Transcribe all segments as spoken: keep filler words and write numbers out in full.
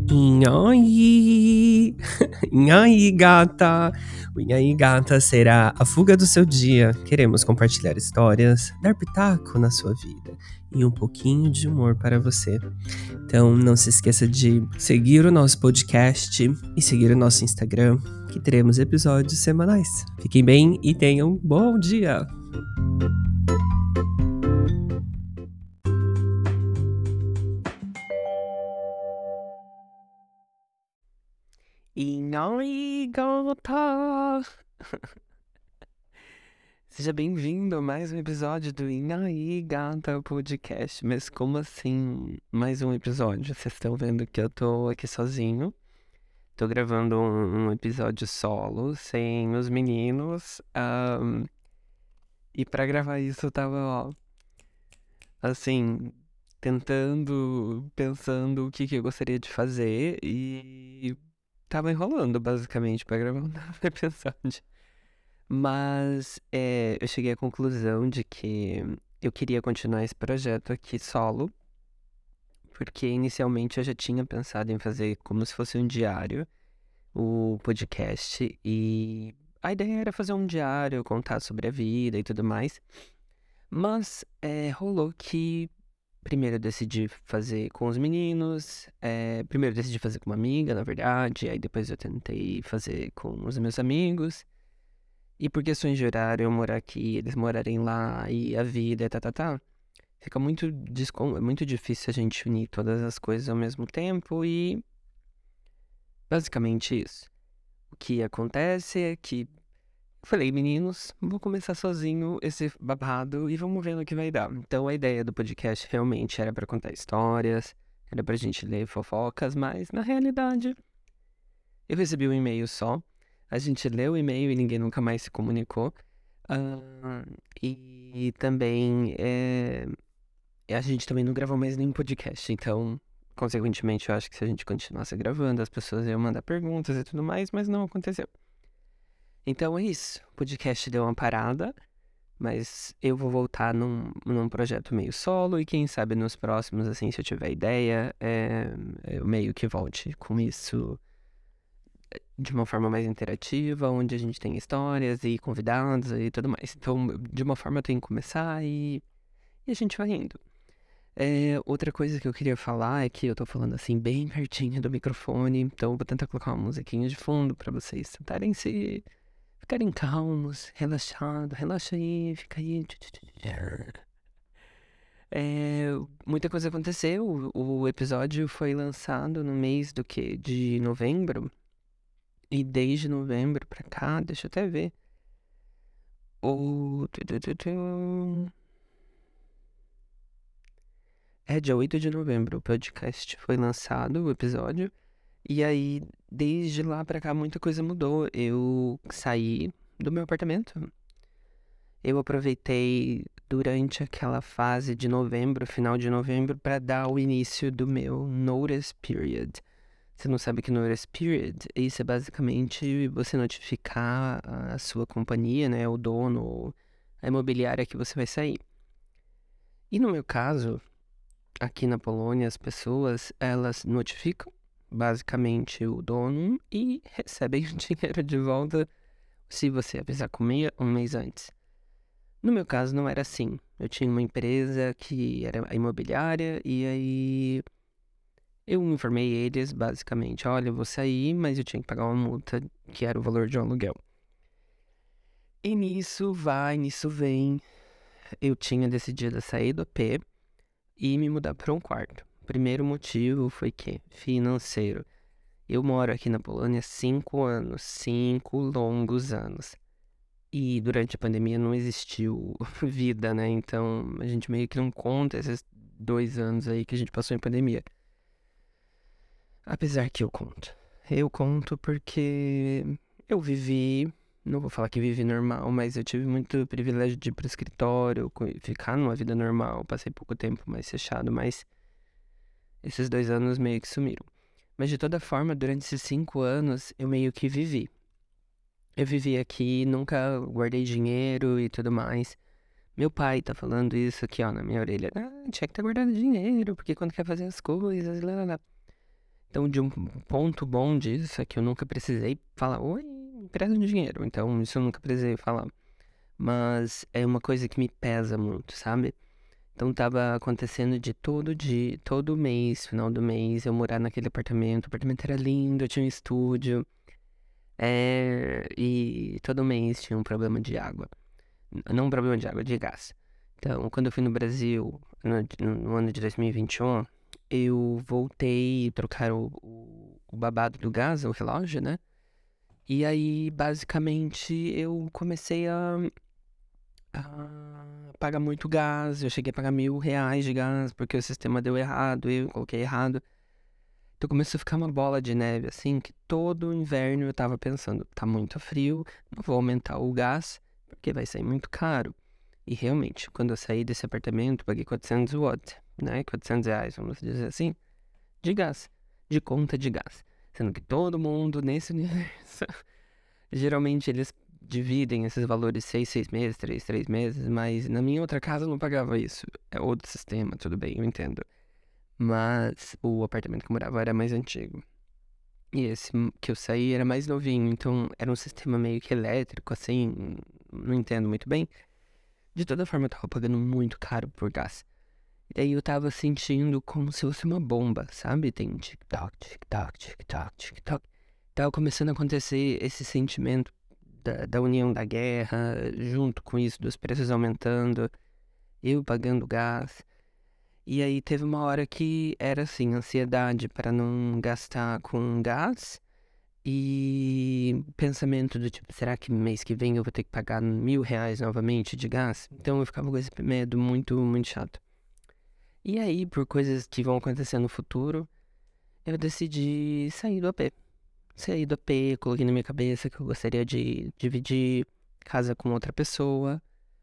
Nhoi! Nhoi, gata! O Nhoi, gata será a fuga do seu dia. Queremos compartilhar histórias, dar pitaco na sua vida e um pouquinho de humor para você. Então não se esqueça de seguir o nosso podcast e seguir o nosso Instagram, que teremos episódios semanais. Fiquem bem e tenham um bom dia! Nhoi, gata! Seja bem-vindo a mais um episódio do Nhoi, gata podcast. Mas como assim mais um episódio? Vocês estão vendo que eu tô aqui sozinho. Tô gravando um, um episódio solo, sem os meninos. Um, e pra gravar isso eu tava, ó, assim, tentando, pensando o que, que eu gostaria de fazer. E tava enrolando, basicamente, pra gravar um novo episódio. Mas é, eu cheguei à conclusão de que eu queria continuar esse projeto aqui solo, porque inicialmente eu já tinha pensado em fazer como se fosse um diário, o podcast, e a ideia era fazer um diário, contar sobre a vida e tudo mais. Mas é, rolou que primeiro eu decidi fazer com os meninos, é, primeiro eu decidi fazer com uma amiga, na verdade, aí depois eu tentei fazer com os meus amigos. E por questões de horário, eu morar aqui, eles morarem lá, e a vida, tá, tá, tá. Fica muito, descon... é muito difícil a gente unir todas as coisas ao mesmo tempo e... basicamente isso. O que acontece é que... eu falei, meninos, vou começar sozinho esse babado e vamos ver no que vai dar. Então a ideia do podcast realmente era pra contar histórias, era pra gente ler fofocas, mas na realidade... eu recebi um e-mail só. A gente leu o e-mail e ninguém nunca mais se comunicou. Ah, e também é, a gente também não gravou mais nenhum podcast. Então, consequentemente, eu acho que se a gente continuasse gravando, as pessoas iam mandar perguntas e tudo mais, mas não aconteceu. Então é isso. O podcast deu uma parada, mas eu vou voltar num, num projeto meio solo. E quem sabe nos próximos, assim, se eu tiver ideia, é, eu meio que volte com isso de uma forma mais interativa, onde a gente tem histórias e convidados e tudo mais. Então, de uma forma eu tenho que começar e, e a gente vai indo. É, outra coisa que eu queria falar é que eu tô falando assim bem pertinho do microfone, então eu vou tentar colocar uma musiquinha de fundo pra vocês tentarem se ficarem calmos, relaxados, relaxa aí, fica aí. É, muita coisa aconteceu. O, o episódio foi lançado no mês do que? De novembro. E desde novembro pra cá, deixa eu até ver. O... tu, tu, tu, tu. É dia oito de novembro, o podcast foi lançado, o episódio. E aí, desde lá pra cá, muita coisa mudou. Eu saí do meu apartamento. Eu aproveitei durante aquela fase de novembro, final de novembro, pra dar o início do meu notice period. Você não sabe o que é notice period? Isso é basicamente você notificar a sua companhia, né, o dono, a imobiliária que você vai sair. E no meu caso, aqui na Polônia, as pessoas, elas notificam basicamente o dono e recebem o dinheiro de volta se você avisar com meia, um mês antes. No meu caso, não era assim. Eu tinha uma empresa que era a imobiliária e aí... eu informei eles, basicamente, olha, eu vou sair, mas eu tinha que pagar uma multa, que era o valor de um aluguel. E nisso vai, nisso vem, eu tinha decidido sair do A P e me mudar para um quarto. O primeiro motivo foi que, financeiro. Eu moro aqui na Polônia há cinco anos, cinco longos anos. E durante a pandemia não existiu vida, né? Então a gente meio que não conta esses dois anos aí que a gente passou em pandemia. Apesar que eu conto. Eu conto porque eu vivi, não vou falar que vivi normal, mas eu tive muito privilégio de ir pro escritório, co- ficar numa vida normal. Passei pouco tempo mais fechado, mas esses dois anos meio que sumiram. Mas de toda forma, durante esses cinco anos, eu meio que vivi. Eu vivi aqui, nunca guardei dinheiro e tudo mais. Meu pai tá falando isso aqui, ó, na minha orelha. Ah, tinha que ter guardado dinheiro, porque quando quer fazer as coisas, lá, lá, lá. Então, de um ponto bom disso é que eu nunca precisei falar, oi, me empresta um dinheiro. Então, isso eu nunca precisei falar. Mas é uma coisa que me pesa muito, sabe? Então, tava acontecendo de todo dia, todo mês, final do mês, eu morar naquele apartamento. O apartamento era lindo, eu tinha um estúdio. É, e todo mês tinha um problema de água. N- Não um problema de água, de gás. Então, quando eu fui no Brasil, no, no ano de dois mil e vinte e um, eu voltei e trocaram o, o, o babado do gás, o relógio, né? E aí, basicamente, eu comecei a, a pagar muito gás. Eu cheguei a pagar mil reais de gás porque o sistema deu errado, eu coloquei errado. Então começou a ficar uma bola de neve, assim, que todo inverno eu tava pensando, tá muito frio, não vou aumentar o gás, porque vai sair muito caro. E realmente, quando eu saí desse apartamento, paguei quatrocentos watts, né? quatrocentos reais, vamos dizer assim, de gás, de conta de gás. Sendo que todo mundo nesse universo, geralmente eles dividem esses valores seis, seis meses, três, três meses, mas na minha outra casa eu não pagava isso. É outro sistema, tudo bem, eu entendo. Mas o apartamento que eu morava era mais antigo. E esse m- que eu saí era mais novinho, então era um sistema meio que elétrico, assim, não entendo muito bem. De toda forma, eu tava pagando muito caro por gás. E daí eu tava sentindo como se fosse uma bomba, sabe? Tem um tic-tac, tic-tac, tic-tac, tic-tac. Tava começando a acontecer esse sentimento da, da união da guerra, junto com isso, dos preços aumentando, eu pagando gás. E aí teve uma hora que era assim, ansiedade para não gastar com gás e pensamento do tipo, será que mês que vem eu vou ter que pagar mil reais novamente de gás? Então eu ficava com esse medo muito, muito chato. E aí, por coisas que vão acontecer no futuro, eu decidi sair do A P. Saí do A P, coloquei na minha cabeça que eu gostaria de dividir casa com outra pessoa.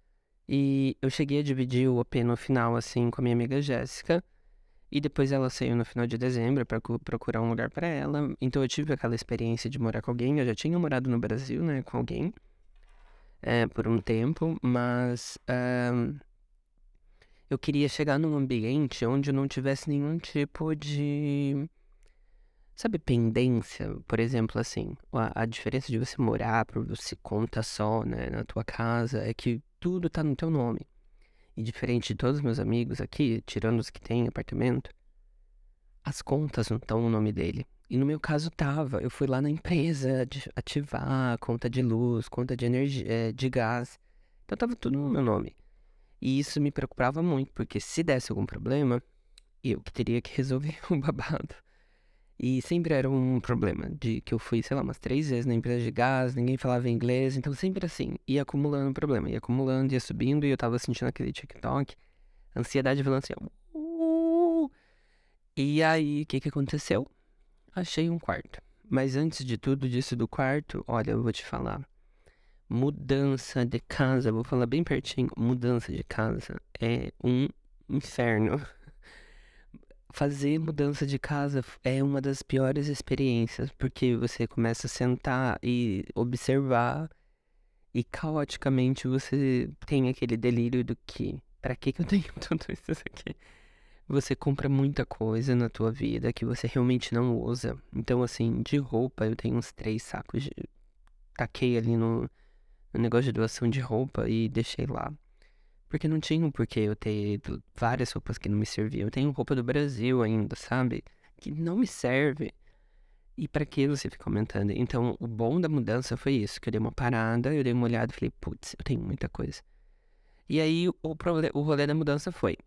E eu cheguei a dividir o A P no final, assim, com a minha amiga Jéssica. E depois ela saiu no final de dezembro para procurar um lugar para ela. Então eu tive aquela experiência de morar com alguém. Eu já tinha morado no Brasil, né, com alguém, é, por um tempo, mas ahn, eu queria chegar num ambiente onde eu não tivesse nenhum tipo de, sabe, pendência. Por exemplo, assim, a, a diferença de você morar por você conta só, né, na tua casa, é que tudo tá no teu nome. E diferente de todos os meus amigos aqui, tirando os que têm apartamento, as contas não estão no nome dele. E no meu caso tava. Eu fui lá na empresa de- ativar a conta de luz, conta de energia, eh, de gás. Então tava tudo no meu nome. E isso me preocupava muito, porque se desse algum problema, eu que teria que resolver o babado. E sempre era um problema, de que eu fui, sei lá, umas três vezes na empresa de gás, ninguém falava inglês, então sempre assim, ia acumulando problema, ia acumulando, ia subindo, e eu tava sentindo aquele TikTok, ansiedade falando assim, ó, "Uh". E aí, o que que aconteceu? Achei um quarto. Mas antes de tudo disso do quarto, olha, eu vou te falar. Mudança de casa, vou falar bem pertinho. Mudança de casa é um inferno. Fazer mudança de casa f- é uma das piores experiências, porque você começa a sentar e observar e caoticamente você tem aquele delírio do que, pra que que eu tenho tudo isso aqui? Você compra muita coisa na tua vida que você realmente não usa. Então, assim, de roupa, eu tenho uns três sacos de... Taquei ali no, no negócio de doação de roupa e deixei lá. Porque não tinha um porquê eu ter do- várias roupas que não me serviam. Eu tenho roupa do Brasil ainda, sabe? Que não me serve. E pra que você fica aumentando? Então, o bom da mudança foi isso, que eu dei uma parada, eu dei uma olhada e falei, putz, eu tenho muita coisa. E aí, o, prole- o rolê da mudança foi,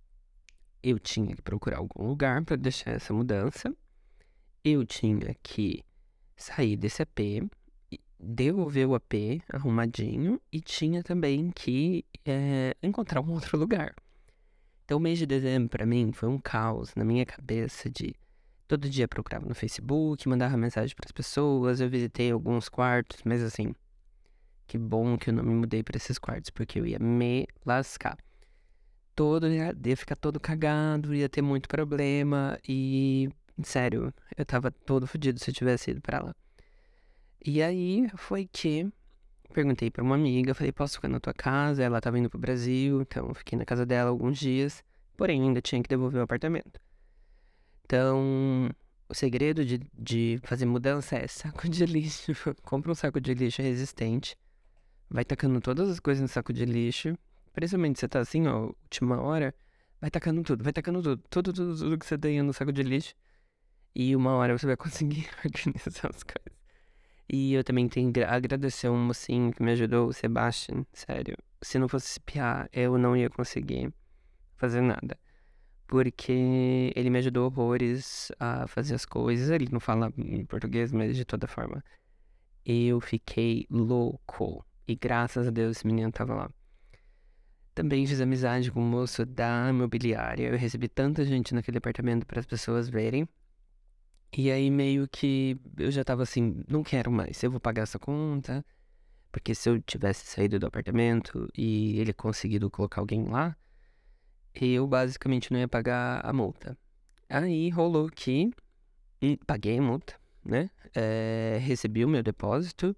eu tinha que procurar algum lugar pra deixar essa mudança. Eu tinha que sair desse A P, e devolver o A P arrumadinho e tinha também que eh, encontrar um outro lugar. Então, o mês de dezembro pra mim foi um caos na minha cabeça de todo dia procurava no Facebook, mandava mensagem pras pessoas, eu visitei alguns quartos, mas assim, que bom que eu não me mudei pra esses quartos, porque eu ia me lascar. Todo ia, ia ficar todo cagado, ia ter muito problema e, sério, eu tava todo fodido se eu tivesse ido pra lá. E aí foi que perguntei pra uma amiga, falei, posso ficar na tua casa? Ela tava indo pro Brasil, então eu fiquei na casa dela alguns dias, porém ainda tinha que devolver o apartamento. Então, O segredo de, de fazer mudança é saco de lixo. Compra um saco de lixo resistente. Vai tacando todas as coisas no saco de lixo. Principalmente você tá assim, ó, última hora. Vai tacando tudo, vai tacando tudo. Tudo, tudo, tudo que você tem no saco de lixo. E uma hora você vai conseguir organizar as coisas. E eu também tenho que agradecer um mocinho que me ajudou, o Sebastian. Sério. Se não fosse esse piá, eu não ia conseguir fazer nada. Porque ele me ajudou horrores a fazer as coisas. Ele não fala em português, mas de toda forma. Eu fiquei louco. E graças a Deus esse menino tava lá. Também fiz amizade com o moço da imobiliária. Eu recebi tanta gente naquele apartamento para as pessoas verem. E aí meio que eu já tava assim, não quero mais. Eu vou pagar essa conta. Porque se eu tivesse saído do apartamento e ele conseguido colocar alguém lá, eu basicamente não ia pagar a multa. Aí rolou que e paguei a multa, né? É, recebi o meu depósito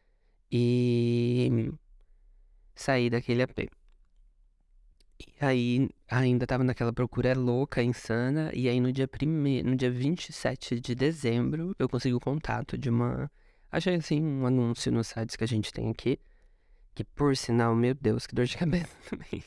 e saí daquele A P. E aí ainda tava naquela procura louca, insana, e aí no dia primeiro, no dia vinte e sete de dezembro, eu consegui o contato de uma. Achei assim um anúncio nos sites que a gente tem aqui. Que por sinal, meu Deus, que dor de cabeça também.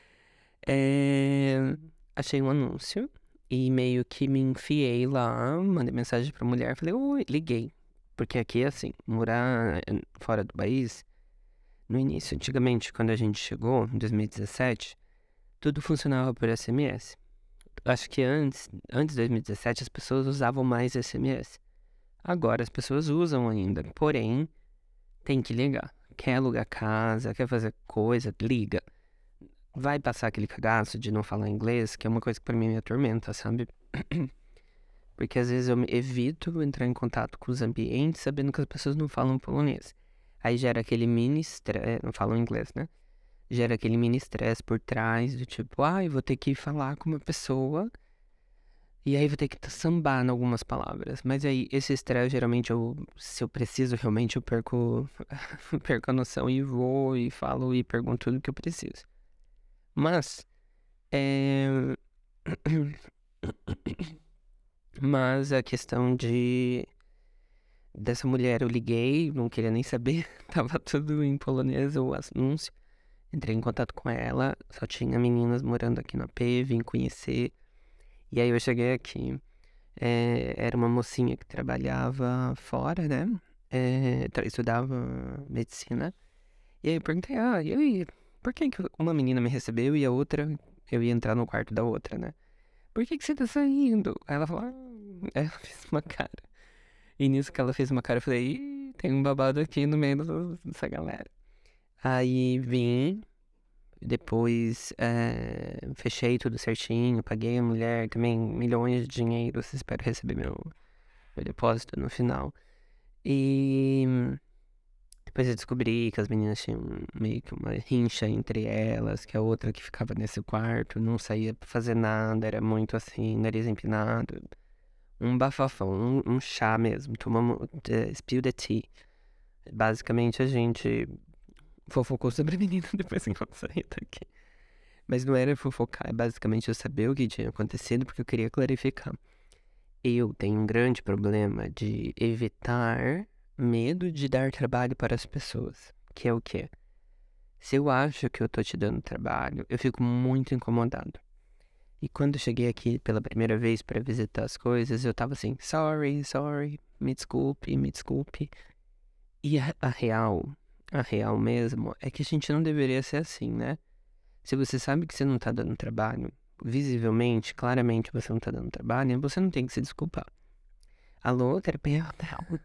É, achei um anúncio e meio que me enfiei lá, mandei mensagem pra mulher, falei, oi, liguei. Porque aqui, assim, morar eh, fora do país, no início, antigamente, quando a gente chegou, em dois mil e dezessete, tudo funcionava por S M S. Acho que antes, antes de dois mil e dezessete, as pessoas usavam mais S M S. Agora as pessoas usam ainda, porém, tem que ligar. Quer alugar casa, quer fazer coisa, liga. Vai passar aquele cagaço de não falar inglês, que é uma coisa que pra mim me atormenta, sabe? Porque às vezes eu me evito entrar em contato com os ambientes sabendo que as pessoas não falam polonês. Aí gera aquele mini estresse, não falam inglês, né? Gera aquele mini estresse por trás, do tipo, ah, eu vou ter que falar com uma pessoa e aí vou ter que t- sambar em algumas palavras. Mas aí esse estresse geralmente eu, se eu preciso realmente, eu perco, perco a noção e vou e falo e pergunto tudo que eu preciso. Mas, é... Mas a questão de dessa mulher eu liguei, não queria nem saber, tava tudo em polonês o anúncio. Entrei em contato com ela, só tinha meninas morando aqui no A P, vim conhecer. E aí eu cheguei aqui, é, era uma mocinha que trabalhava fora, né? É, tra- estudava medicina. E aí eu perguntei, ah, e aí, por que que uma menina me recebeu e a outra, eu ia entrar no quarto da outra, né? Por que que você tá saindo? Aí ela falou, ah, aí ela fez uma cara. E nisso que ela fez uma cara, eu falei, ih, tem um babado aqui no meio do- dessa galera. Aí vim, depois eh, fechei tudo certinho, paguei a mulher também milhões de dinheiros, espero receber meu, meu depósito no final. E depois eu descobri que as meninas tinham meio que uma rincha entre elas, que a outra que ficava nesse quarto não saía pra fazer nada, era muito assim, nariz empinado. Um bafafão, um, um chá mesmo. Tomamos, uh, spill the tea. Basicamente a gente fofocou sobre a menina depois que eu saí daqui. Mas não era fofocar, é basicamente eu saber o que tinha acontecido porque eu queria clarificar. Eu tenho um grande problema de evitar medo de dar trabalho para as pessoas. Que é o quê? Se eu acho que eu tô te dando trabalho, eu fico muito incomodado. E quando eu cheguei aqui pela primeira vez para visitar as coisas, eu tava assim, sorry, sorry, me desculpe, me desculpe. E a, a real, a real mesmo, é que a gente não deveria ser assim, né? Se você sabe que você não tá dando trabalho, visivelmente, claramente você não tá dando trabalho, você não tem que se desculpar. Alô, terapeuta?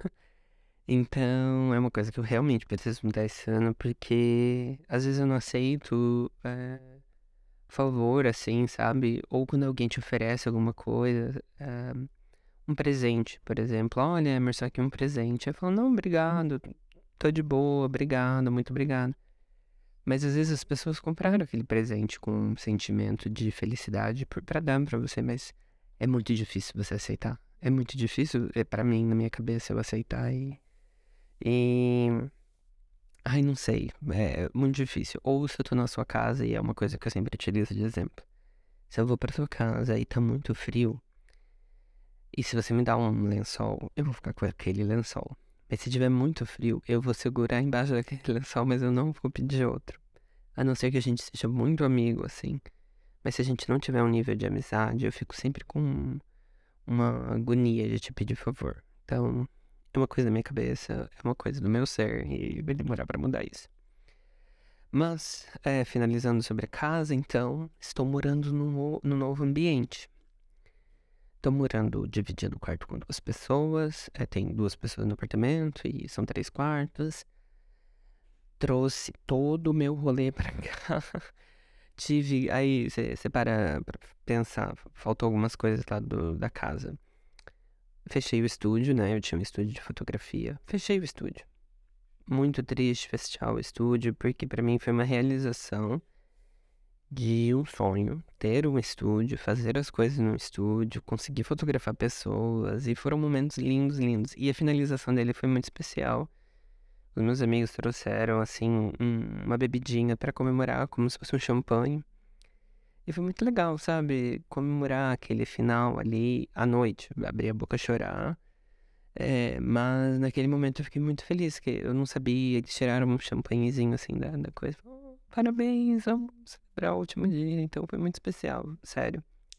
Então, é uma coisa que eu realmente preciso mudar esse ano, porque às vezes eu não aceito. é, favor, assim, sabe? Ou quando alguém te oferece alguma coisa, eh, um presente, por exemplo. Olha, Emerson, aqui um presente. Eu falo, não, obrigado, tô de boa, obrigado, muito obrigado. Mas às vezes as pessoas compraram aquele presente com um sentimento de felicidade por- pra dar pra você, mas é muito difícil você aceitar. É muito difícil, é, pra mim, na minha cabeça, eu aceitar e... E ai, não sei. É muito difícil. Ou se eu tô na sua casa, e é uma coisa que eu sempre utilizo de exemplo. Se eu vou pra sua casa e tá muito frio, E se você me dá um lençol, eu vou ficar com aquele lençol. Mas se tiver muito frio, eu vou segurar embaixo daquele lençol, mas eu não vou pedir outro. A não ser que a gente seja muito amigo, assim. Mas se a gente não tiver um nível de amizade, eu fico sempre com uma agonia de te pedir favor. Então, é uma coisa da minha cabeça, é uma coisa do meu ser, e vai demorar pra mudar isso. Mas, é, finalizando sobre a casa, então, estou morando num, num novo ambiente. Estou morando dividindo o quarto com duas pessoas, é, tem duas pessoas no apartamento e são três quartos. Trouxe todo o meu rolê pra cá. Tive, aí você para pra pensar, faltou algumas coisas lá do, da casa. Fechei o estúdio, né? Eu tinha um estúdio de fotografia. Fechei o estúdio. Muito triste fechar o estúdio, porque pra mim foi uma realização de um sonho. Ter um estúdio, fazer as coisas no estúdio, conseguir fotografar pessoas. E foram momentos lindos, lindos. E a finalização dele foi muito especial. Os meus amigos trouxeram, assim, um- uma bebidinha pra comemorar, como se fosse um champanhe. E foi muito legal, sabe? Comemorar aquele final ali à noite. Abri a boca a chorar. É, mas naquele momento eu fiquei muito feliz, que eu não sabia. Eles tiraram um champanhezinho assim da, da coisa. "Oh, parabéns, vamos celebrar o último dia." Então foi muito especial, sério.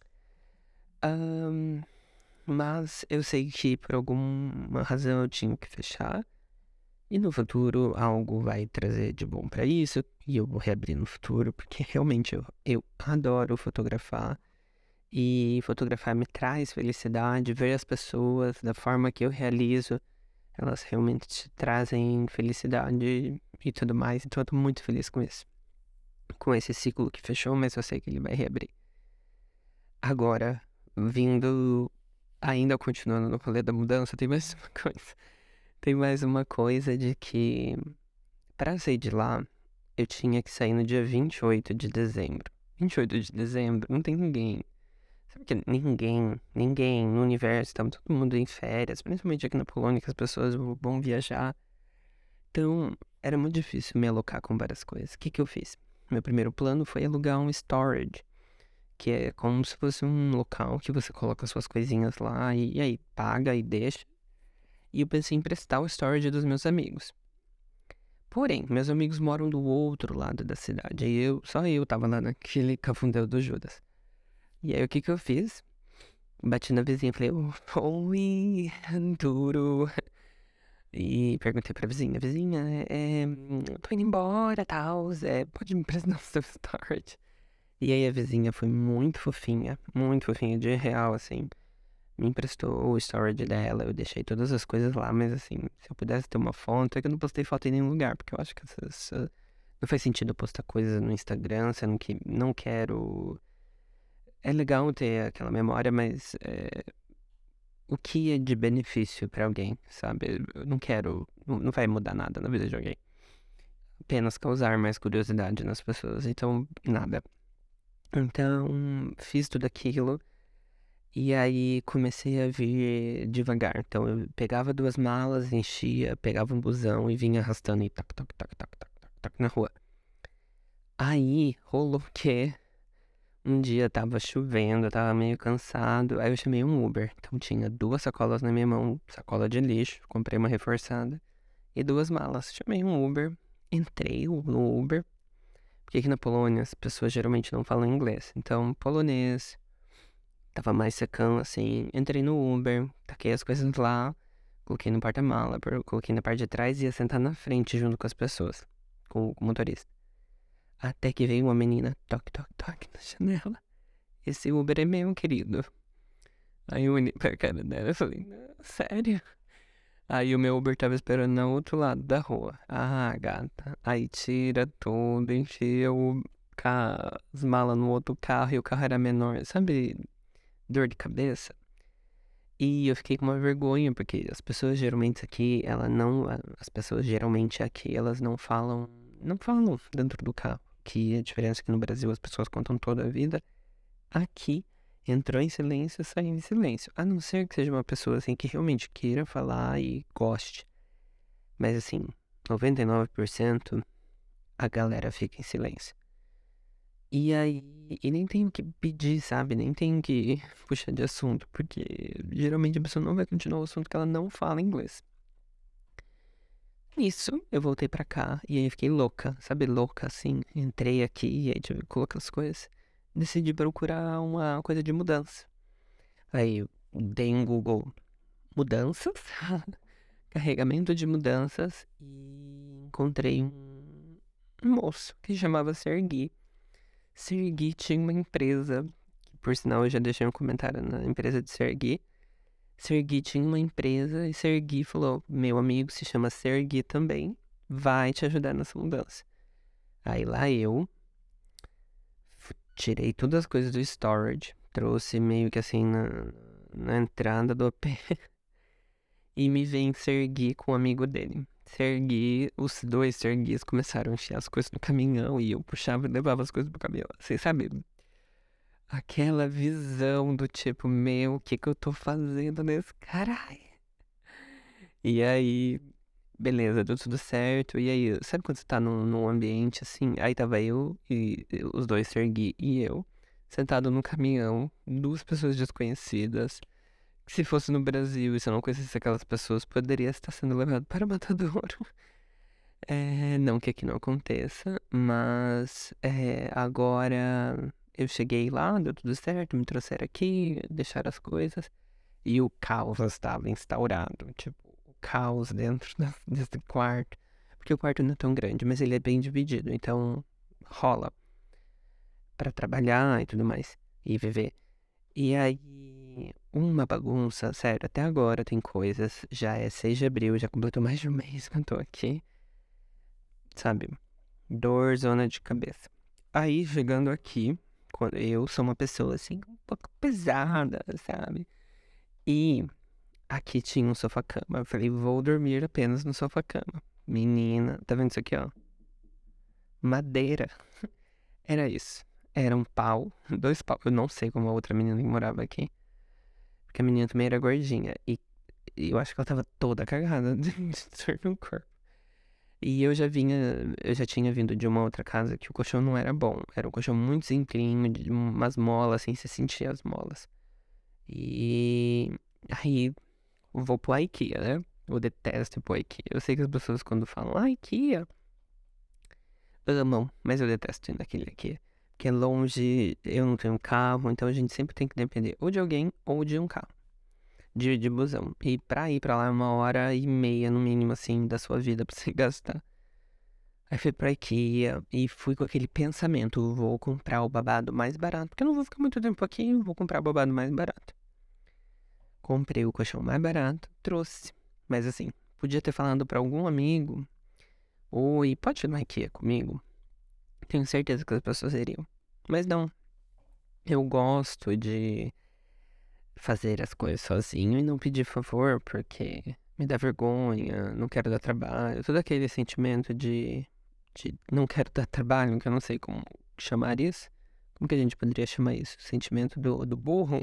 Ahn, mas eu sei que por alguma razão eu tinha que fechar. E no futuro algo vai trazer de bom pra isso. E eu vou reabrir no futuro, porque realmente eu, eu adoro fotografar. E fotografar me traz felicidade, ver as pessoas da forma que eu realizo, elas realmente te trazem felicidade e tudo mais. Então eu tô muito feliz com isso. Com esse ciclo que fechou, mas eu sei que ele vai reabrir. Agora, vindo, ainda continuando no rolê da mudança, tem mais uma coisa. Tem mais uma coisa de que, pra sair de lá, eu tinha que sair no dia vinte e oito de dezembro. vinte e oito de dezembro, não tem ninguém. Sabe que ninguém, ninguém no universo, estava todo mundo em férias, principalmente aqui na Polônia, que as pessoas vão viajar. Então, era muito difícil me alocar com várias coisas. O que que eu fiz? Meu primeiro plano foi alugar um storage, que é como se fosse um local que você coloca suas coisinhas lá e, e aí paga e deixa. E eu pensei em emprestar o storage dos meus amigos. Porém, meus amigos moram do outro lado da cidade. E eu, só eu tava lá naquele cafundel do Judas. E aí o que que eu fiz? Bati na vizinha e falei, oi, Anturo. E perguntei pra vizinha, vizinha, é, hum, tô indo embora, tal, é, pode me emprestar o seu start? E aí a vizinha foi muito fofinha, muito fofinha, de real, assim. Me emprestou o storage dela, eu deixei todas as coisas lá, mas assim, se eu pudesse ter uma foto, é que eu não postei foto em nenhum lugar, porque eu acho que essas, uh, não faz sentido eu postar coisas no Instagram, sendo que não quero. É legal ter aquela memória, mas é, o que é de benefício pra alguém, sabe? Eu não quero, não, não vai mudar nada na vida de alguém. Apenas causar mais curiosidade nas pessoas, então nada. Então, fiz tudo aquilo e aí comecei a vir devagar. Então, eu pegava duas malas, enchia, pegava um busão e vinha arrastando e tac, tac, tac, tac, tac, tac, tac na rua. Aí rolou que um dia tava chovendo, eu tava meio cansado, aí eu chamei um Uber. Então tinha duas sacolas na minha mão, sacola de lixo, comprei uma reforçada e duas malas. Chamei um Uber, entrei no Uber, porque aqui na Polônia as pessoas geralmente não falam inglês. Então, polonês, tava mais secão assim. Entrei no Uber, taquei as coisas lá, coloquei no porta-mala, coloquei na parte de trás e ia sentar na frente junto com as pessoas, com o motorista. Até que veio uma menina, toque, toque, toque na janela. Esse Uber é meu, querido. Aí eu olhei pra cara dela e falei, não, sério? Aí o meu Uber tava esperando no outro lado da rua. Ah, gata. Aí tira tudo, enfia o ca... as malas no outro carro e o carro era menor. Sabe, dor de cabeça? E eu fiquei com uma vergonha, porque as pessoas geralmente aqui, ela não. As pessoas geralmente aqui, elas não falam. Não falam dentro do carro. Que a diferença é que no Brasil as pessoas contam toda a vida. Aqui, entrou em silêncio, saiu em silêncio. A não ser que seja uma pessoa assim que realmente queira falar e goste. Mas assim, noventa e nove por cento a galera fica em silêncio. E aí, e nem tenho que pedir, sabe? Nem tenho que puxar de assunto, porque geralmente a pessoa não vai continuar o assunto que ela não fala inglês. Nisso, eu voltei pra cá e aí fiquei louca, sabe? Louca assim. Entrei aqui e aí tive que colocar as coisas. Decidi procurar uma coisa de mudança. Aí eu dei um Google mudanças, carregamento de mudanças e encontrei um, um moço que chamava Sergui. Sergui tinha uma empresa, que por sinal eu já deixei um comentário na empresa de Sergui. Sergui tinha uma empresa e Sergui falou: Meu amigo se chama Sergui também, vai te ajudar nessa mudança. Aí lá eu f- tirei todas as coisas do storage, trouxe meio que assim na, na entrada do A P e me vem Sergui com um amigo dele. Sergui, os dois Serguis começaram a encher as coisas no caminhão e eu puxava e levava as coisas pro caminhão. Você sabe, aquela visão do tipo, meu, o que que eu tô fazendo nesse caralho? E aí, beleza, deu tudo certo. E aí, sabe quando você tá num, num ambiente assim? Aí tava eu e e os dois, Sergui e eu, sentado no caminhão, duas pessoas desconhecidas. Que se fosse no Brasil e se eu não conhecesse aquelas pessoas, poderia estar sendo levado para o matadouro. É, não que aqui não aconteça, mas é, agora eu cheguei lá, deu tudo certo, me trouxeram aqui, deixaram as coisas. E o caos estava instaurado. Tipo, o caos dentro da- desse quarto. Porque o quarto não é tão grande, mas ele é bem dividido. Então, rola pra trabalhar e tudo mais. E viver. E aí, uma bagunça, sério. Até agora tem coisas. Já é seis de abril, já completou mais de um mês que eu tô aqui. Sabe? Dor, zona de cabeça. Aí, chegando aqui, quando eu sou uma pessoa assim, um pouco pesada, sabe? E aqui tinha um sofá-cama. Eu falei, vou dormir apenas no sofá-cama. Menina, tá vendo isso aqui, ó? Madeira. Era isso. Era um pau, dois pau. Eu não sei como a outra menina que morava aqui. Porque a menina também era gordinha. E, e eu acho que ela tava toda cagada de dor no corpo. E eu já vinha, eu já tinha vindo de uma outra casa que o colchão não era bom. Era um colchão muito simplinho, de umas molas, assim, você sentia as molas. E aí vou pro IKEA, né? Eu detesto ir pro IKEA. Eu sei que as pessoas quando falam ah, IKEA, amam, mas eu detesto ir naquele IKEA. Porque é longe, eu não tenho carro, então a gente sempre tem que depender ou de alguém ou de um carro. De, de busão. E pra ir pra lá é uma hora e meia, no mínimo, assim, da sua vida pra você gastar. Aí fui pra IKEA e fui com aquele pensamento, vou comprar o babado mais barato, porque eu não vou ficar muito tempo aqui, vou comprar o babado mais barato. Comprei o colchão mais barato, trouxe. Mas assim, podia ter falado pra algum amigo, oi, pode ir no IKEA comigo? Tenho certeza que as pessoas iriam. Mas não, eu gosto de fazer as coisas sozinho e não pedir favor porque me dá vergonha, não quero dar trabalho, todo aquele sentimento de, de não quero dar trabalho, que eu não sei como chamar isso. Como que a gente poderia chamar isso? Sentimento do, do burro?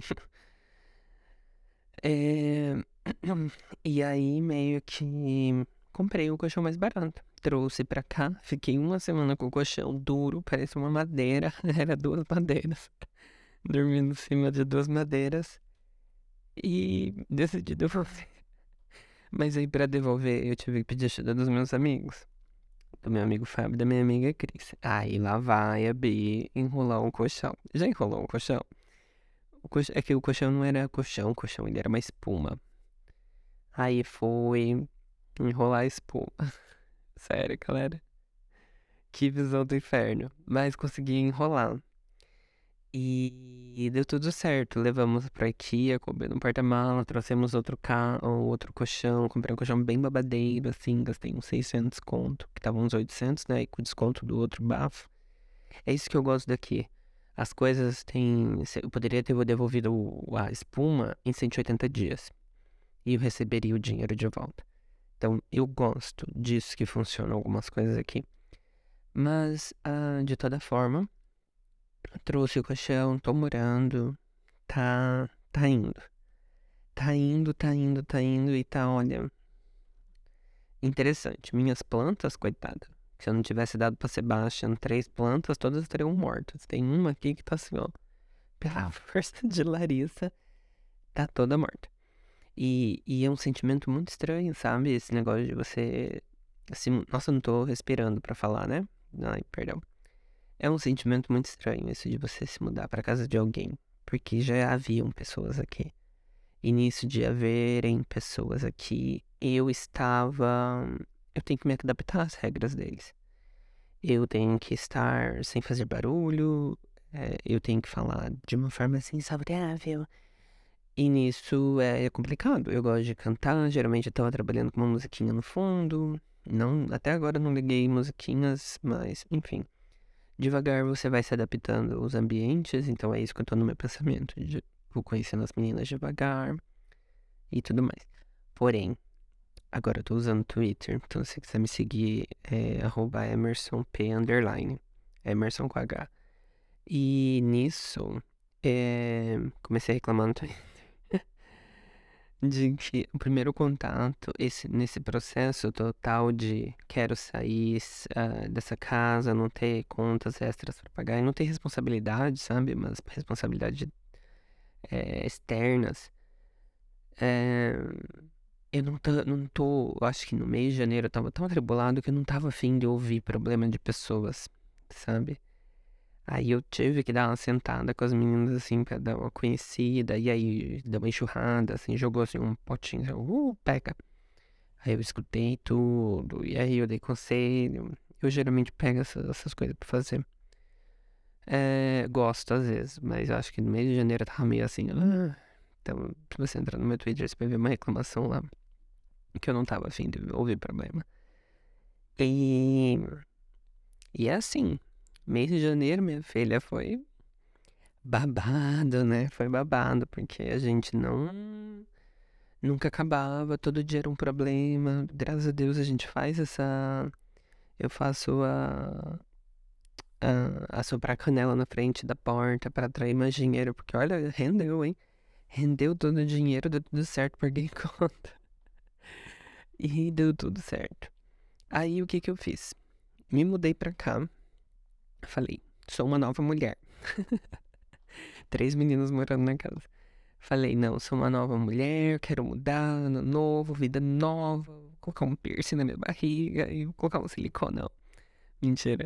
É... E aí, meio que comprei o colchão mais barato. Trouxe pra cá, fiquei uma semana com o colchão duro, parecia uma madeira. Era duas madeiras. Dormindo em cima de duas madeiras. E decidi devolver. Mas aí, pra devolver, eu tive que pedir ajuda dos meus amigos. Do meu amigo Fábio e da minha amiga Cris. Aí lá vai a B enrolar um colchão. Já enrolou um colchão? O colchão... É que o colchão não era colchão, o colchão ele era uma espuma. Aí foi enrolar a espuma. Sério, galera. Que visão do inferno. Mas consegui enrolar. E deu tudo certo. Levamos pra IKEA, coube no porta-mala, trouxemos outro carro, outro colchão. Comprei um colchão bem babadeiro, assim, gastei uns seiscentos conto, que tava uns oitocentos, né? E com desconto do outro bafo. É isso que eu gosto daqui. As coisas têm. Eu poderia ter devolvido o- a espuma em cento e oitenta dias. E eu receberia o dinheiro de volta. Então, eu gosto disso que funcionam algumas coisas aqui. Mas, ah, de toda forma, trouxe o colchão, tô morando, tá, tá indo. Tá indo, tá indo, tá indo e tá, olha, interessante. Minhas plantas, coitada, Se eu não tivesse dado pra Sebastian três plantas, todas estariam mortas. Tem uma aqui que tá assim, ó. Pela força de Larissa, tá toda morta. E, e é um sentimento muito estranho, sabe? Esse negócio de você. Assim, nossa, eu não tô respirando pra falar, né? Ai, perdão. É um sentimento muito estranho isso de você se mudar pra casa de alguém. Porque já haviam pessoas aqui. E nisso de haverem pessoas aqui, eu estava. Eu tenho que me adaptar às regras deles. Eu tenho que estar sem fazer barulho, é, eu tenho que falar de uma forma assim saudável. E nisso é complicado. Eu gosto de cantar, geralmente eu tava trabalhando com uma musiquinha no fundo. Não, até agora eu não liguei musiquinhas, mas enfim. Devagar você vai se adaptando aos ambientes, então é isso que eu tô no meu pensamento. De, vou conhecendo as meninas devagar e tudo mais. Porém, agora eu tô usando o Twitter, então se você quiser me seguir, é arroba Emerson P underline. Emerson com H. E nisso, é, comecei reclamando de que o primeiro contato, esse, nesse processo total de quero sair ah, dessa casa, não ter contas extras para pagar e não ter responsabilidade, sabe? Mas responsabilidade é, externas. É, eu não tô, não tô, eu acho que no mês de janeiro eu tava tão atribulado que eu não tava afim de ouvir problema de pessoas, sabe? Aí eu tive que dar uma sentada com as meninas, assim, pra dar uma conhecida. E aí, dar uma enxurrada, assim, jogou, assim, um potinho, assim, uh, pega. Aí eu escutei tudo, e aí eu dei conselho. Eu geralmente pego essas, essas coisas pra fazer. É, gosto, às vezes, mas eu acho que no mês de janeiro eu tava meio assim, ah. Então, se você entrar no meu Twitter, você vai ver uma reclamação lá, que eu não tava afim de ouvir problema. E, e é assim, mês de janeiro, minha filha, foi babado, né? Foi babado, porque a gente não. Nunca acabava, todo dia era um problema. Graças a Deus a gente faz essa. Eu faço a. a assoprar a canela na frente da porta para atrair mais dinheiro, porque olha, rendeu, hein? Rendeu todo o dinheiro, deu tudo certo, paguei conta. E deu tudo certo. Aí o que que eu fiz? Me mudei pra cá. Falei, sou uma nova mulher. Três meninos morando na casa. Falei, não, sou uma nova mulher, quero mudar, ano novo, vida nova, vou colocar um piercing na minha barriga e vou colocar um silicone, não. Mentira.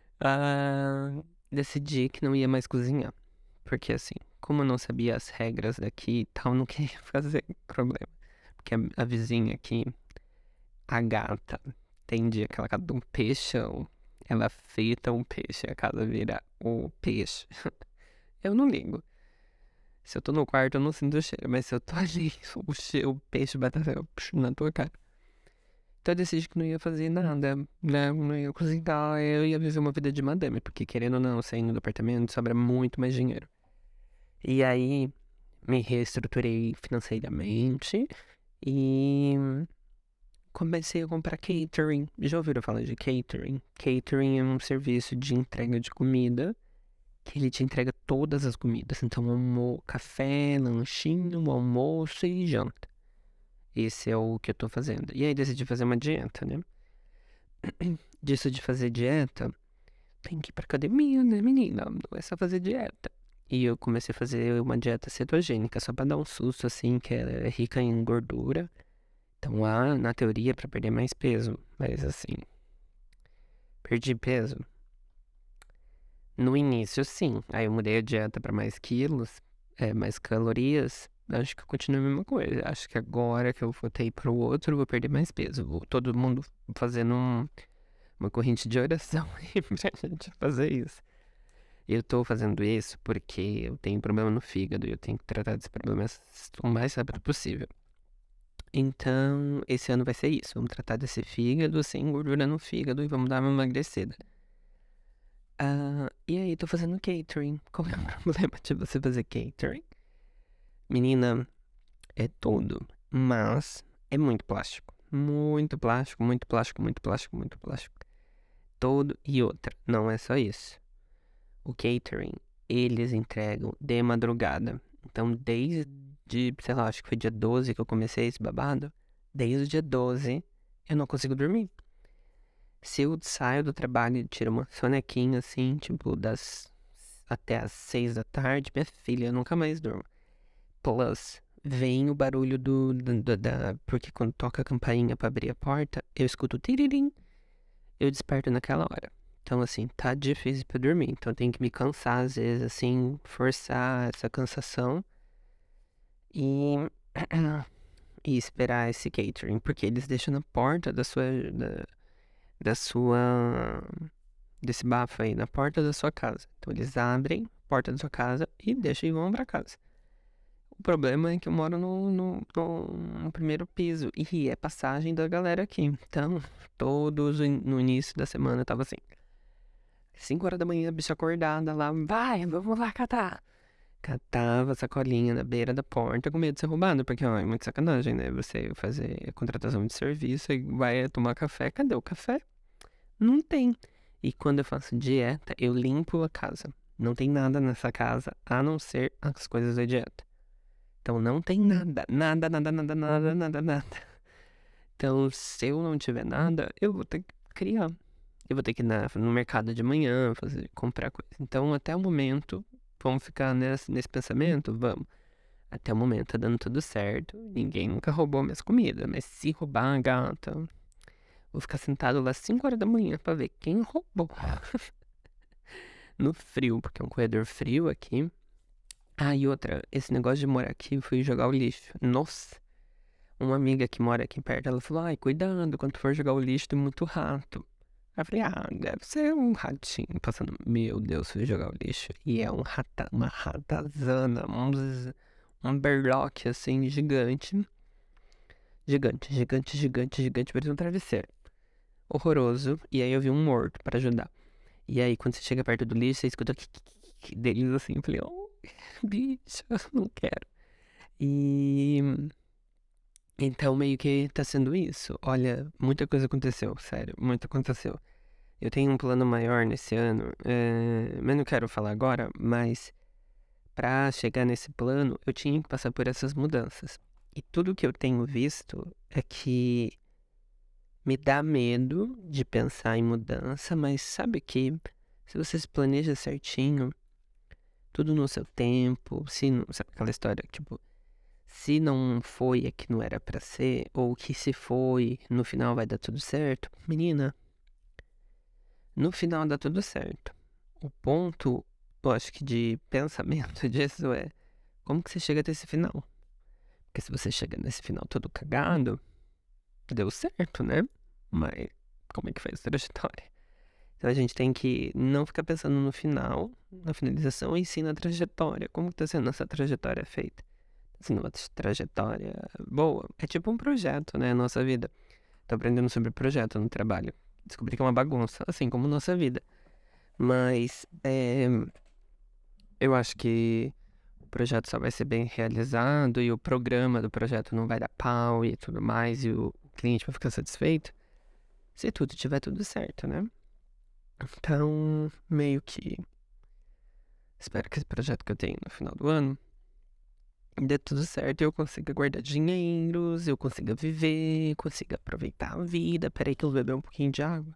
Ah, decidi que não ia mais cozinhar. Porque assim, como eu não sabia as regras daqui e tal, não queria fazer problema. Porque a, a vizinha aqui, a gata, tem dia que ela cata um peixão, ela frita um peixe, a casa vira o peixe. Eu não ligo. Se eu tô no quarto, eu não sinto o cheiro, mas se eu tô ali, o, cheiro, o peixe batendo na tua cara. Então eu decidi que não ia fazer nada, né? Não ia cozinhar, eu ia viver uma vida de madame, porque querendo ou não, saindo do apartamento, sobra muito mais dinheiro. E aí, me reestruturei financeiramente e comecei a comprar catering. Já ouviram falar de catering? Catering é um serviço de entrega de comida que ele te entrega todas as comidas. Então, almo café, lanchinho, almoço e janta. Esse é o que eu tô fazendo. E aí decidi fazer uma dieta, né? Disso de fazer dieta, tem que ir pra academia, né, menina? Não é só fazer dieta. E eu comecei a fazer uma dieta cetogênica, só pra dar um susto, assim, que é rica em gordura. Então lá, na teoria, é pra perder mais peso. Mas assim, perdi peso. No início, sim. Aí eu mudei a dieta pra mais quilos, é, mais calorias. Acho que eu continuo a mesma coisa. Acho que agora que eu voltei pro outro, eu vou perder mais peso. Vou todo mundo fazendo um- uma corrente de oração aí pra gente fazer isso. Eu tô fazendo isso porque eu tenho problema no fígado e eu tenho que tratar desse problema o mais rápido possível. Então, esse ano vai ser isso. Vamos tratar desse fígado sem gordura no fígado e vamos dar uma emagrecida. Ah, e aí, tô fazendo catering. Qual é o problema de você fazer catering? Menina, é tudo. Mas é muito plástico. Muito plástico, muito plástico, muito plástico, muito plástico. Todo e outra. Não é só isso. O catering, eles entregam de madrugada. Então, desde, sei lá, acho que foi dia doze que eu comecei esse babado. Desde o dia doze, eu não consigo dormir. Se eu saio do trabalho e tiro uma sonequinha assim, tipo, das até as seis da tarde, minha filha, eu nunca mais durmo. Plus, vem o barulho do, do- do- da. Porque quando toca a campainha pra abrir a porta, eu escuto tiririm, eu desperto naquela hora. Então, assim, tá difícil pra dormir. Então, eu tenho que me cansar, às vezes, assim, forçar essa cansação e, e esperar esse catering. Porque eles deixam na porta da sua. Da, da sua. Desse bafo aí, na porta da sua casa. Então, eles abrem a porta da sua casa e deixam e vão pra casa. O problema é que eu moro no, no, no, no primeiro piso e é passagem da galera aqui. Então, todos in- no início da semana eu tava assim. cinco horas da manhã, a bicha acordada lá, vai, vamos lá catar. Catava a sacolinha na beira da porta com medo de ser roubado, porque ó, é muito sacanagem, né? Você fazer a contratação de serviço e vai tomar café, cadê o café? Não tem. E quando eu faço dieta, eu limpo a casa. Não tem nada nessa casa a não ser as coisas da dieta. Então não tem nada, nada, nada, nada, nada, nada, nada. Então, se eu não tiver nada, eu vou ter que criar. Eu vou ter que ir na- no mercado de manhã, fazer, comprar coisa. Então, até o momento, vamos ficar nesse, nesse pensamento? Vamos. Até o momento tá dando tudo certo. Ninguém nunca roubou minhas comidas. Mas se roubar, gata, vou ficar sentado lá às cinco horas da manhã pra ver quem roubou. No frio, porque é um corredor frio aqui. Ah, e outra, esse negócio de morar aqui, eu fui jogar o lixo. Nossa. Uma amiga que mora aqui perto, ela falou, ai, cuidado, quando for jogar o lixo tem muito rato. Aí eu falei, ah, deve ser um ratinho passando. Meu Deus, fui jogar o lixo. E é um rata, uma ratazana, um, z- um berloque assim, gigante. Gigante, gigante, gigante, gigante, parecia um travesseiro. Horroroso. E aí eu vi um morto pra ajudar. E aí, quando você chega perto do lixo, você escuta deles assim. Eu falei, oh, bicho, eu não quero. E então, meio que tá sendo isso. Olha, muita coisa aconteceu, sério, muito aconteceu. Eu tenho um plano maior nesse ano, eh, mas não quero falar agora, mas pra chegar nesse plano, eu tinha que passar por essas mudanças. E tudo que eu tenho visto é que me dá medo de pensar em mudança, mas sabe que se você se planeja certinho, tudo no seu tempo, se não, sabe aquela história, tipo, se não foi é que não era pra ser, ou que se foi, no final vai dar tudo certo. Menina, no final dá tudo certo. O ponto, eu acho que de pensamento disso é como que você chega até esse final? Porque se você chega nesse final todo cagado, deu certo, né? Mas como é que faz a trajetória? Então a gente tem que não ficar pensando no final, na finalização, e sim na trajetória. Como que tá sendo essa trajetória feita? Assim, uma trajetória boa. É tipo um projeto, né? Nossa vida. Tô aprendendo sobre projeto no trabalho. Descobri que é uma bagunça, assim como nossa vida. Mas é, eu acho que o projeto só vai ser bem realizado e o programa do projeto não vai dar pau e tudo mais, e o cliente vai ficar satisfeito se tudo tiver tudo certo, né? Então, meio que espero que esse projeto que eu tenho no final do ano dê tudo certo e eu consiga guardar dinheiros, eu consiga viver, consiga aproveitar a vida. Peraí que eu vou beber um pouquinho de água.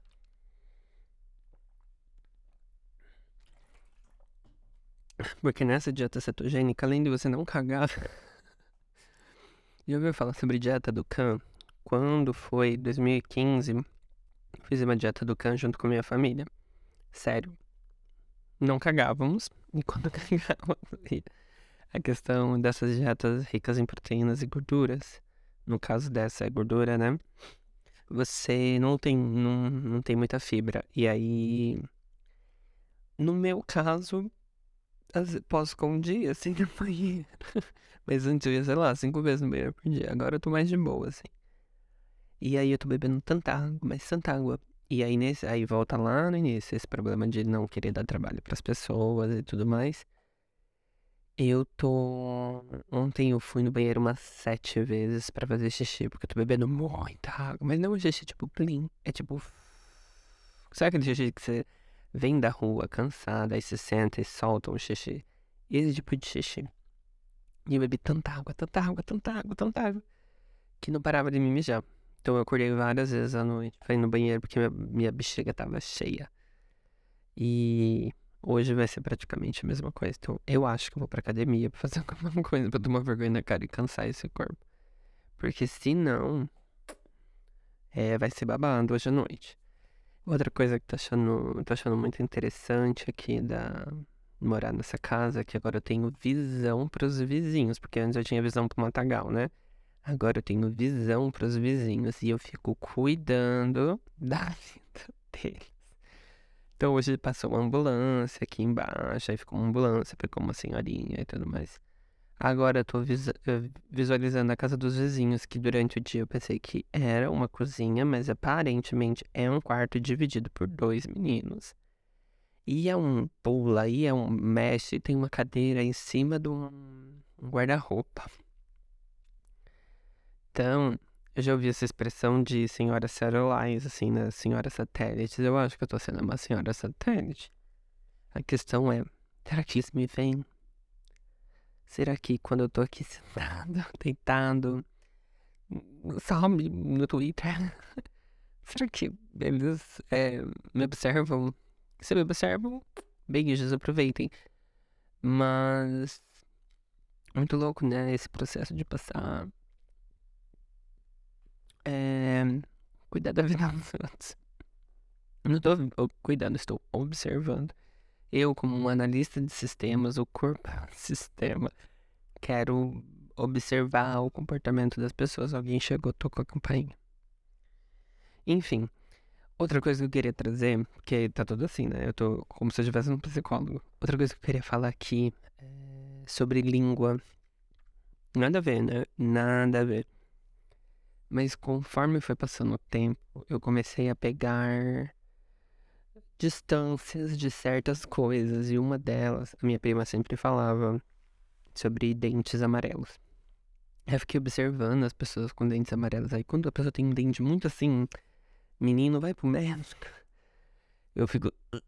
Porque nessa dieta cetogênica, além de você não cagar, já ouviu falar sobre dieta do Khan? Quando foi dois mil e quinze, fiz uma dieta do Khan junto com minha família. Sério, não cagávamos. E quando cagávamos, e a questão dessas dietas ricas em proteínas e gorduras, no caso dessa é gordura, né? Você não tem, não, não tem muita fibra. E aí, no meu caso, às vezes posso ficar um dia assim no banheiro. Mas antes eu ia, sei lá, cinco vezes no banheiro por dia. Agora eu tô mais de boa, assim. E aí eu tô bebendo tanta água, mas tanta água. E aí, nesse, aí volta lá no início, esse problema de não querer dar trabalho pras pessoas e tudo mais. Eu tô. Ontem eu fui no banheiro umas sete vezes pra fazer xixi, porque eu tô bebendo muita água. Mas não um xixi tipo clean. É tipo. Sabe aquele xixi que você vem da rua cansada, aí você senta e solta um xixi? Esse tipo de xixi. E eu bebi tanta água, tanta água, tanta água, tanta água, que não parava de me mijar. Então eu acordei várias vezes à noite pra ir no banheiro porque minha, minha bexiga tava cheia. E hoje vai ser praticamente a mesma coisa. Então eu acho que eu vou pra academia pra fazer alguma coisa, pra tomar vergonha na cara e cansar esse corpo. Porque se não, é, vai ser babado hoje à noite. Outra coisa que tô achando, tô achando muito interessante aqui da morar nessa casa é que agora eu tenho visão pros vizinhos, porque antes eu tinha visão pro matagal, né? Agora eu tenho visão pros vizinhos e eu fico cuidando da vida deles. Então hoje passou uma ambulância aqui embaixo, aí ficou uma ambulância, pegou uma senhorinha e tudo mais. Agora eu tô visa- eh, visualizando a casa dos vizinhos, que durante o dia eu pensei que era uma cozinha, mas aparentemente é um quarto dividido por dois meninos. E é um pula, e é um mexe, e tem uma cadeira em cima de um um guarda-roupa. Então, eu já ouvi essa expressão de senhora cereais, assim, né? Senhora satélites. Eu acho que eu tô sendo uma senhora satélite. A questão é, será que isso me vem? Será que quando eu tô aqui sentado, deitado, sabe, no Twitter, será que eles é, me observam? Se me observam, beijos, aproveitem. Mas, muito louco, né? Esse processo de passar. É, cuidar da vida dos outros. Não tô o- cuidando, estou observando. Eu, como um analista de sistemas, o corpo é um sistema, quero observar o comportamento das pessoas. Alguém chegou, tocou a campainha. Enfim, outra coisa que eu queria trazer, porque tá tudo assim, né? Eu tô como se eu estivesse um psicólogo. Outra coisa que eu queria falar aqui é sobre língua. Nada a ver, né? Nada a ver. Mas conforme foi passando o tempo, eu comecei a pegar distâncias de certas coisas. E uma delas, a minha prima sempre falava sobre dentes amarelos. Eu fiquei observando as pessoas com dentes amarelos. Aí quando a pessoa tem um dente muito assim, menino, vai pro médico. Eu fico.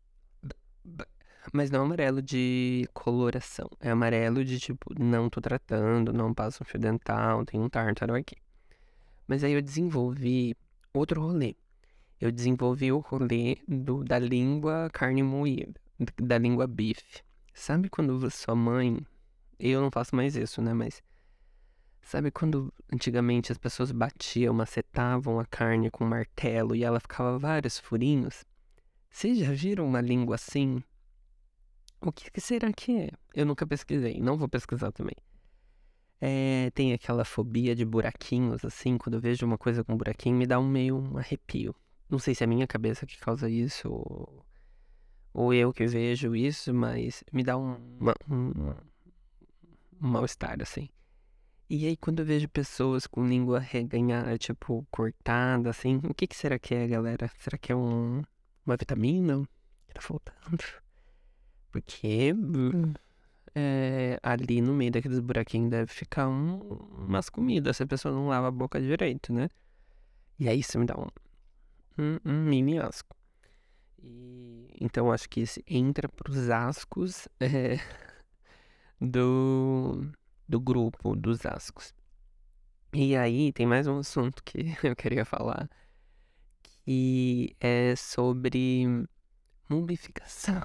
Mas não amarelo de coloração. É amarelo de tipo, não tô tratando, não passo um fio dental, tem um tártaro aqui. Mas aí eu desenvolvi outro rolê. Eu desenvolvi o rolê do, da língua carne moída, da língua bife. Sabe quando sua mãe. Eu não faço mais isso, né? Mas. Sabe quando antigamente as pessoas batiam, macetavam a carne com um martelo e ela ficava vários furinhos? Vocês já viram uma língua assim? O que que será que é? Eu nunca pesquisei, não vou pesquisar também. É, tem aquela fobia de buraquinhos, assim, quando eu vejo uma coisa com buraquinho, me dá um meio um arrepio. Não sei se é a minha cabeça que causa isso, ou, ou eu que vejo isso, mas me dá um, uma- um, um mal-estar, assim. E aí, quando eu vejo pessoas com língua reganhada, tipo, cortada, assim, o que que será que é, galera? Será que é um, uma vitamina que tá faltando? Porque hum, é, ali no meio daqueles buraquinhos deve ficar um- umas comidas se a pessoa não lava a boca direito, né? E aí isso me dá um, um, um mini asco. E, então acho que esse entra pros ascos é, do, do grupo dos ascos. E aí tem mais um assunto que eu queria falar, que é sobre mumificação.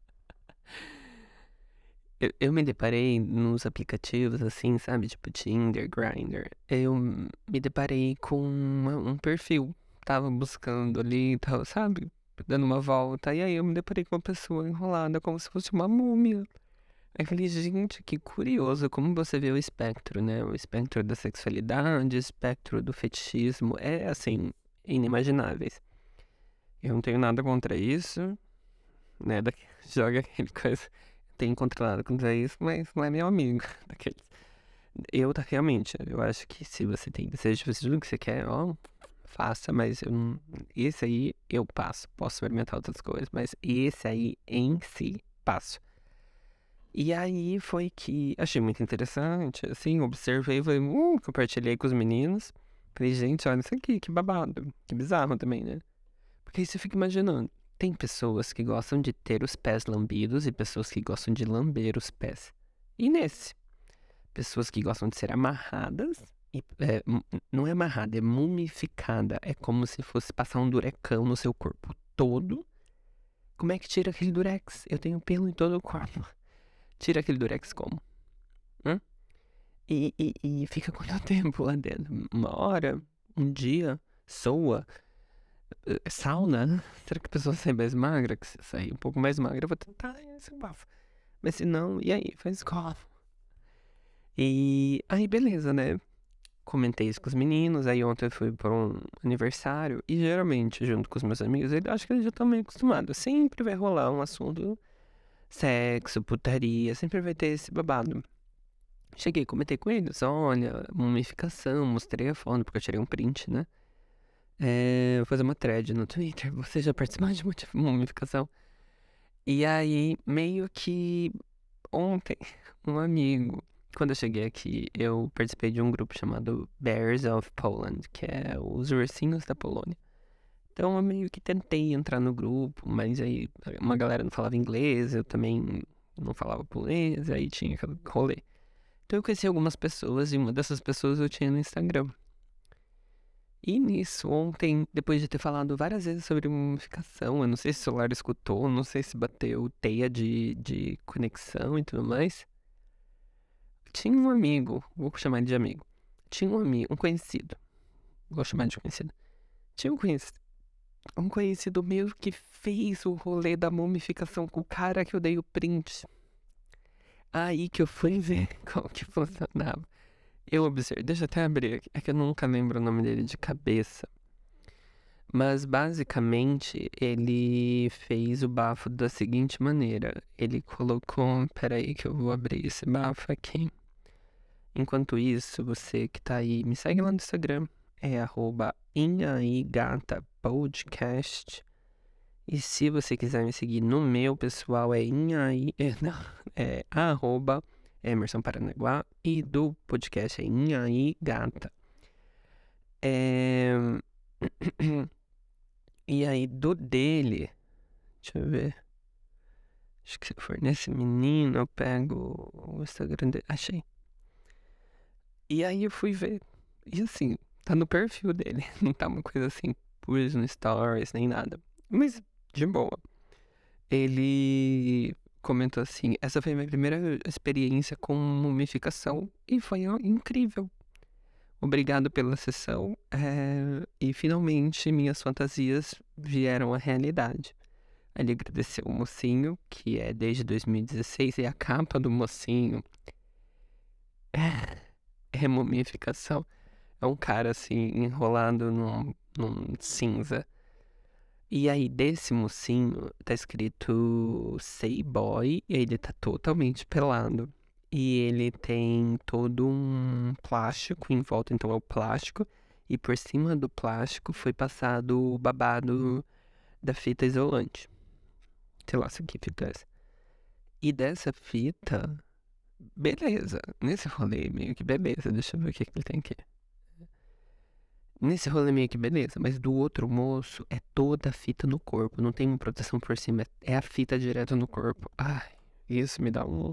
Eu, eu me deparei nos aplicativos, assim, sabe? Tipo Tinder, Grindr. Eu me deparei com uma- um perfil. Tava buscando ali e tal, sabe? Dando uma volta. E aí eu me deparei com uma pessoa enrolada como se fosse uma múmia. Aí eu falei, gente, que curioso como você vê o espectro, né? O espectro da sexualidade, o espectro do fetichismo. É, assim, inimagináveis. Eu não tenho nada contra isso, né? Da... Joga aquele coisa. Tenho controlado contra isso, mas não é meu amigo. Daqueles. Eu, tá, realmente, eu acho que se você tem desejo de fazer tudo o que você quer, ó, faça, mas eu não. Esse aí eu passo. Posso experimentar outras coisas, mas esse aí em si, passo. E aí foi que achei muito interessante, assim, observei, falei, hum, compartilhei com os meninos. Falei, gente, olha isso aqui, que babado. Que bizarro também, né? Porque aí você fica imaginando, tem pessoas que gostam de ter os pés lambidos e pessoas que gostam de lamber os pés. E nesse, pessoas que gostam de ser amarradas e, é, mu- não é amarrada, é mumificada. É como se fosse passar um durecão no seu corpo todo. Como é que tira aquele durex? Eu tenho pelo em todo o corpo. Tira aquele durex como? Hã? E, e, e fica quanto tempo lá dentro? Uma hora? Um dia? Soa? Eh, Sauna? Será que a pessoa sai mais magra? Que se sair um pouco mais magra, eu vou tentar esse bafo. Mas se não, e aí? Faz como? E aí, beleza, né? Comentei isso com os meninos. Aí ontem eu fui para um aniversário. E geralmente, junto com os meus amigos, eu acho que eles já estão meio acostumados. Sempre vai rolar um assunto sexo, putaria. Sempre vai ter esse babado. Cheguei, comentei com eles. Olha, mumificação. Mostrei a foto, porque eu tirei um print, né? É, vou fazer uma thread no Twitter. Você já participou de muti- mumificação? E aí, meio que ontem, um amigo, quando eu cheguei aqui, eu participei de um grupo chamado Bears of Poland, que é os ursinhos da Polônia. Então eu meio que tentei entrar no grupo, mas aí uma galera não falava inglês, eu também não falava polonês, aí tinha aquele rolê. Então eu conheci algumas pessoas e uma dessas pessoas eu tinha no Instagram. E nisso, ontem, depois de ter falado várias vezes sobre mumificação, eu não sei se o celular escutou, não sei se bateu teia de, de conexão e tudo mais. Tinha um amigo, vou chamar ele de amigo. Tinha um amigo, um conhecido. Vou chamar de conhecido. Tinha um conhecido, um conhecido meu que fez o rolê da mumificação com o cara que eu dei o print. Aí que eu fui ver como que funcionava. Eu observei, deixa eu até abrir aqui, é que eu nunca lembro o nome dele de cabeça. Mas basicamente ele fez o bafo da seguinte maneira. Ele colocou. Peraí que eu vou abrir esse bafo aqui. Enquanto isso, você que tá aí, me segue lá no Instagram. É arroba inhaígatapodcast. E se você quiser me seguir no meu pessoal, é inhaí. É, não, é arroba Emerson Paranaguá. E do podcast é inhaígata. É. E aí, do dele. Deixa eu ver. Acho que se for nesse menino, eu pego o Instagram dele. Achei. E aí eu fui ver. E assim, tá no perfil dele. Não tá uma coisa assim, pus no Stories, nem nada. Mas, de boa. Ele comentou assim: essa foi a minha primeira experiência com mumificação e foi ó, incrível. Obrigado pela sessão. eh, E finalmente minhas fantasias vieram à realidade. Ele agradeceu o mocinho, que é desde dois mil e dezesseis, e a capa do mocinho é mumificação. É um cara assim, enrolado num, num cinza. E aí, desse mocinho, tá escrito Say Boy, e ele tá totalmente pelado. E ele tem todo um plástico em volta, então é o plástico. E por cima do plástico foi passado o babado da fita isolante. Sei lá se que fita é essa. E dessa fita, beleza. Nesse rolê, meio que beleza. Deixa eu ver o que, que ele tem aqui. Nesse rolê, meio que beleza. Mas do outro moço, é toda a fita no corpo. Não tem uma proteção por cima. É a fita direto no corpo. Ai, isso me dá um.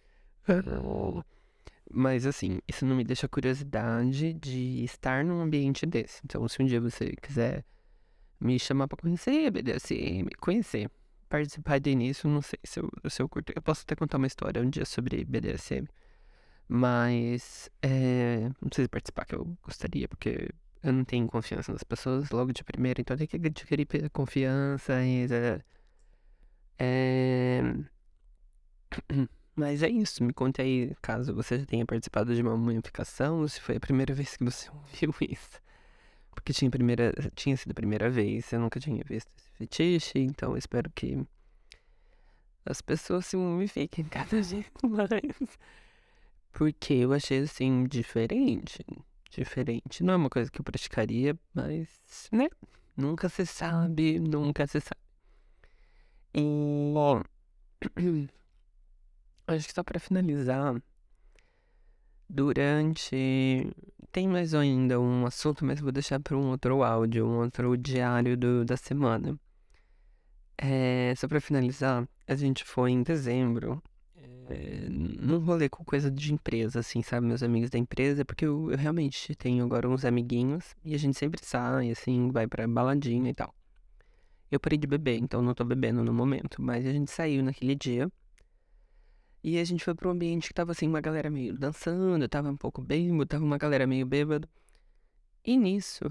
Mas assim, isso não me deixa curiosidade de estar num ambiente desse. Então, se um dia você quiser me chamar pra conhecer B D S M, conhecer, participar de início, não sei se eu, se eu curto. Eu posso até contar uma história um dia sobre B D S M, mas é, não sei se participar que eu gostaria, porque eu não tenho confiança nas pessoas logo de primeira, então tem que adquirir pe- confiança e é, é, mas é isso, me conte aí caso você já tenha participado de uma mumificação, se foi a primeira vez que você ouviu isso. Porque tinha, primeira, tinha sido a primeira vez, eu nunca tinha visto esse fetiche, então eu espero que as pessoas se mumifiquem cada vez mais. Porque eu achei assim, diferente. Diferente. Não é uma coisa que eu praticaria, mas, né? Nunca se sabe, nunca se sabe. E acho que só pra finalizar, durante. Tem mais ainda um assunto, mas vou deixar para um outro áudio, um outro diário do, da semana. É, só pra finalizar, a gente foi em dezembro num rolê com coisa de empresa, assim, sabe? Meus amigos da empresa, porque eu, eu realmente tenho agora uns amiguinhos e a gente sempre sai, assim, vai pra baladinha e tal. Eu parei de beber, então não tô bebendo no momento, mas a gente saiu naquele dia e a gente foi pra um ambiente que tava, assim, uma galera meio dançando, tava um pouco bêbado, tava uma galera meio bêbada. E nisso,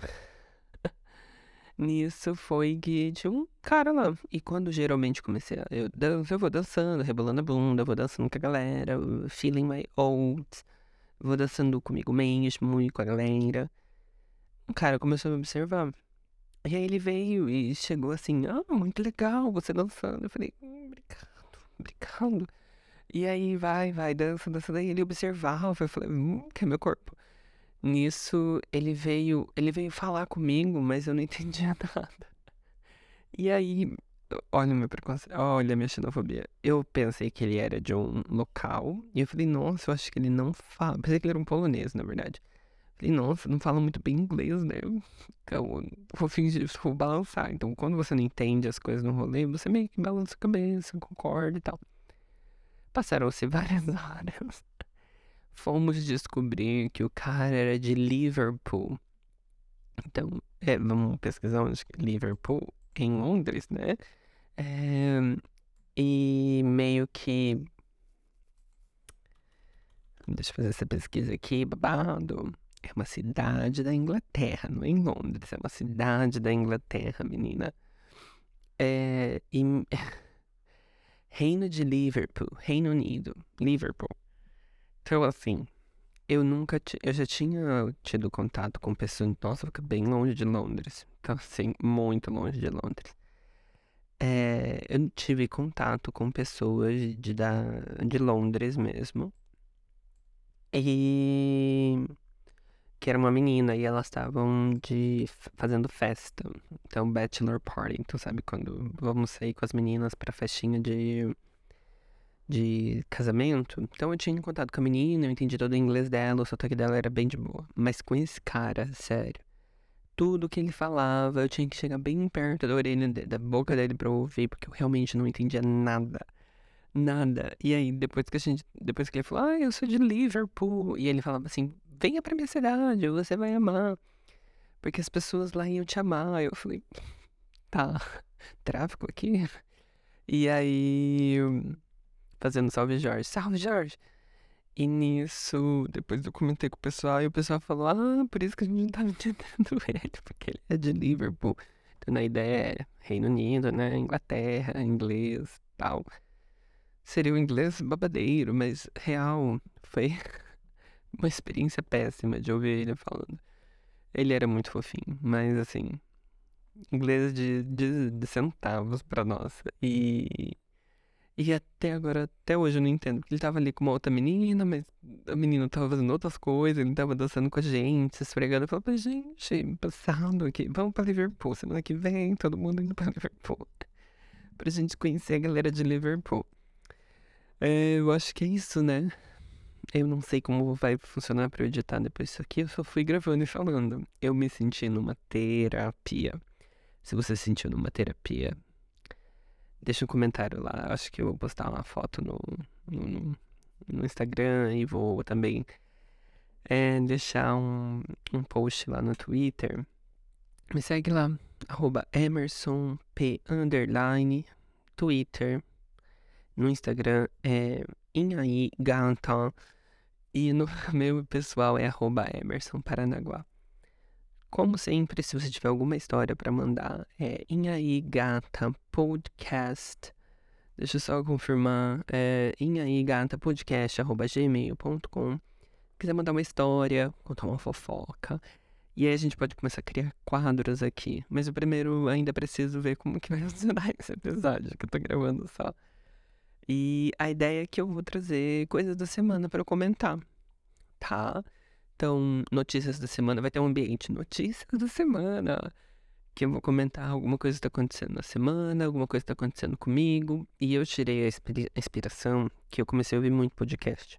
nisso foi que tinha um cara lá. E quando geralmente comecei a. Eu danço, eu vou dançando, rebolando a bunda, vou dançando com a galera, feeling my oats, vou dançando comigo mesmo e com a galera. O cara começou a me observar. E aí ele veio e chegou assim: Ah, muito legal você dançando. Eu falei: hum, Obrigado, obrigado. E aí vai, vai, dança, dança. Daí ele observava. Eu falei: Hum, que é meu corpo. Nisso ele veio, ele veio falar comigo, mas eu não entendia nada. E aí, olha o meu preconceito, olha a minha xenofobia. Eu pensei que ele era de um local, e eu falei, nossa, eu acho que ele não fala. Pensei que ele era um polonês, na verdade. Falei, nossa, não fala muito bem inglês, né? Então, vou fingir, vou balançar. Então, quando você não entende as coisas no rolê, você meio que balança a cabeça, concorda e tal. Passaram-se várias horas. Fomos descobrir que o cara era de Liverpool. Então, é, vamos pesquisar onde que é Liverpool, em Londres, né? É, e meio que. Deixa eu fazer essa pesquisa aqui, babado. É uma cidade da Inglaterra, não é em Londres, é uma cidade da Inglaterra, menina. É. em- Reino de Liverpool, Reino Unido, Liverpool. Então, assim, eu nunca. ti- Eu já tinha tido contato com pessoas. Nossa, fica bem longe de Londres. Então, assim, muito longe de Londres. É, eu tive contato com pessoas de, da, de Londres mesmo. E que era uma menina e elas estavam de f- fazendo festa. Então, bachelor party. Então, sabe quando vamos sair com as meninas pra festinha de, de casamento? Então, eu tinha contato com a menina, eu entendi todo o inglês dela, o sotaque dela era bem de boa. Mas com esse cara, sério, tudo que ele falava, eu tinha que chegar bem perto da orelha, de- da boca dele pra eu ouvir, porque eu realmente não entendia nada. Nada. E aí, depois que a gente, depois que ele falou, ah, eu sou de Liverpool, e ele falava assim, venha pra minha cidade, você vai amar, porque as pessoas lá iam te amar. Eu falei, tá, tráfico aqui? E aí, fazendo salve Jorge, salve Jorge! E nisso, depois eu comentei com o pessoal, e o pessoal falou, ah, por isso que a gente não tava entendendo ele, porque ele é de Liverpool. Então, a ideia é Reino Unido, né, Inglaterra, inglês, tal. Seria o inglês babadeiro, mas real, foi uma experiência péssima de ouvir ele falando. Ele era muito fofinho, mas assim, inglês de, de, de centavos pra nós. E, e até agora, até hoje eu não entendo, porque ele tava ali com uma outra menina, mas a menina tava fazendo outras coisas, ele tava dançando com a gente, se esfregando. Eu falei, gente, passado aqui, vamos pra Liverpool, semana que vem, todo mundo indo pra Liverpool. Pra gente conhecer a galera de Liverpool. É, eu acho que é isso, né? Eu não sei como vai funcionar pra eu editar depois disso aqui, eu só fui gravando e falando. Eu me senti numa terapia. Se você se sentiu numa terapia, deixa um comentário lá. Acho que eu vou postar uma foto no, no, no Instagram e vou também é, deixar um, um post lá no Twitter. Me segue lá, arroba Emerson P underline Twitter. No Instagram é Inhaí Ganta. E no meu pessoal é arroba Emerson Paranaguá. Como sempre, se você tiver alguma história pra mandar, é Inhaí Gata Podcast. Deixa eu só confirmar. É inhaígatapodcast arroba gmail ponto com. Quiser mandar uma história, contar uma fofoca. E aí a gente pode começar a criar quadros aqui. Mas eu primeiro ainda preciso ver como que vai funcionar esse episódio que eu tô gravando só. E a ideia é que eu vou trazer coisas da semana pra eu comentar, tá? Então, notícias da semana, vai ter um ambiente notícias da semana, que eu vou comentar alguma coisa que tá acontecendo na semana, alguma coisa que tá acontecendo comigo, e eu tirei a inspira- a inspiração que eu comecei a ouvir muito podcast.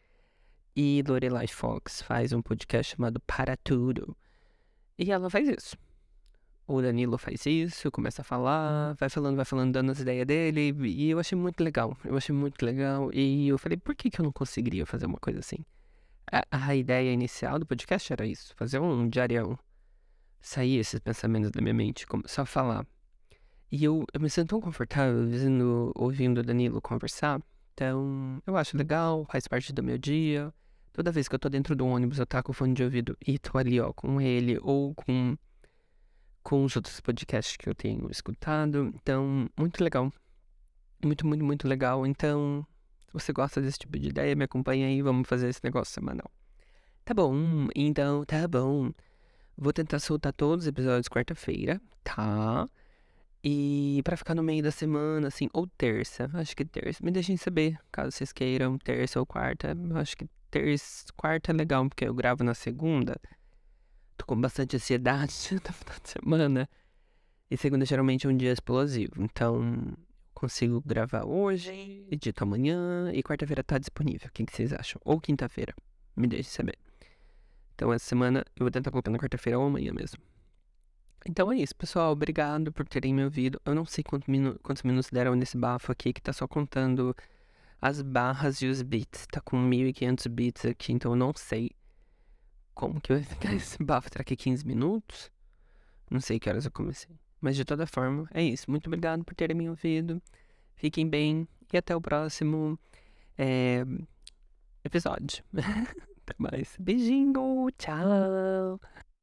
E Lorelai Fox faz um podcast chamado Para Tudo, e ela faz isso. o Danilo faz isso, começa a falar, vai falando, vai falando, dando as ideias dele, e eu achei muito legal, eu achei muito legal, e eu falei, por que que eu não conseguiria fazer uma coisa assim? A, a ideia inicial do podcast era isso, fazer um diarião, sair esses pensamentos da minha mente, começar a falar. E eu, eu me sinto tão confortável ouvindo, ouvindo o Danilo conversar, então eu acho legal, faz parte do meu dia. Toda vez que eu tô dentro do ônibus, eu taco o fone de ouvido e tô ali, ó, com ele ou com com os outros podcasts que eu tenho escutado. Então, muito legal. Muito, muito, muito legal. Então, se você gosta desse tipo de ideia, me acompanha aí, vamos fazer esse negócio semanal. Tá bom, então, tá bom. Vou tentar soltar todos os episódios quarta-feira, tá? E pra ficar no meio da semana, assim, ou terça, acho que terça. Me deixem saber, caso vocês queiram, terça ou quarta. Acho que terça, quarta é legal, porque eu gravo na segunda. Tô com bastante ansiedade no final de semana. E segunda geralmente é um dia explosivo. Então, consigo gravar hoje, edito amanhã e quarta-feira tá disponível. O que, que vocês acham? Ou quinta-feira. Me deixe saber. Então, essa semana eu vou tentar colocar na quarta-feira ou amanhã mesmo. Então é isso, pessoal. Obrigado por terem me ouvido. Eu não sei quanto minu- quantos minutos deram nesse bafo aqui, que tá só contando as barras e os beats. Tá com mil e quinhentos beats aqui, então eu não sei como que vai ficar esse bafo. Será que é quinze minutos? Não sei que horas eu comecei. Mas de toda forma, é isso. Muito obrigado por terem me ouvido. Fiquem bem e até o próximo é, episódio. Até mais. Beijinho, tchau.